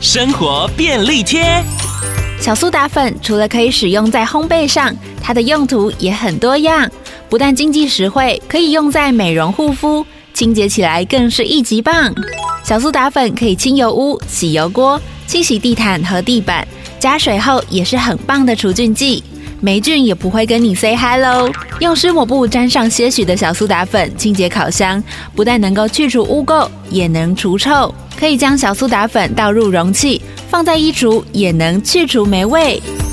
生活便利贴。 小苏打粉除了可以使用在烘焙上，它的用途也很多样，不但经济实惠，可以用在美容护肤，清洁起来更是一级棒。小苏打粉可以清油污、洗油锅、清洗地毯和地板，加水后也是很棒的除菌剂，霉菌也不会跟你 say hello。用湿抹布沾上些许的小苏打粉清洁烤箱，不但能够去除污垢，也能除臭。可以将小苏打粉倒入容器，放在衣橱，也能去除霉味。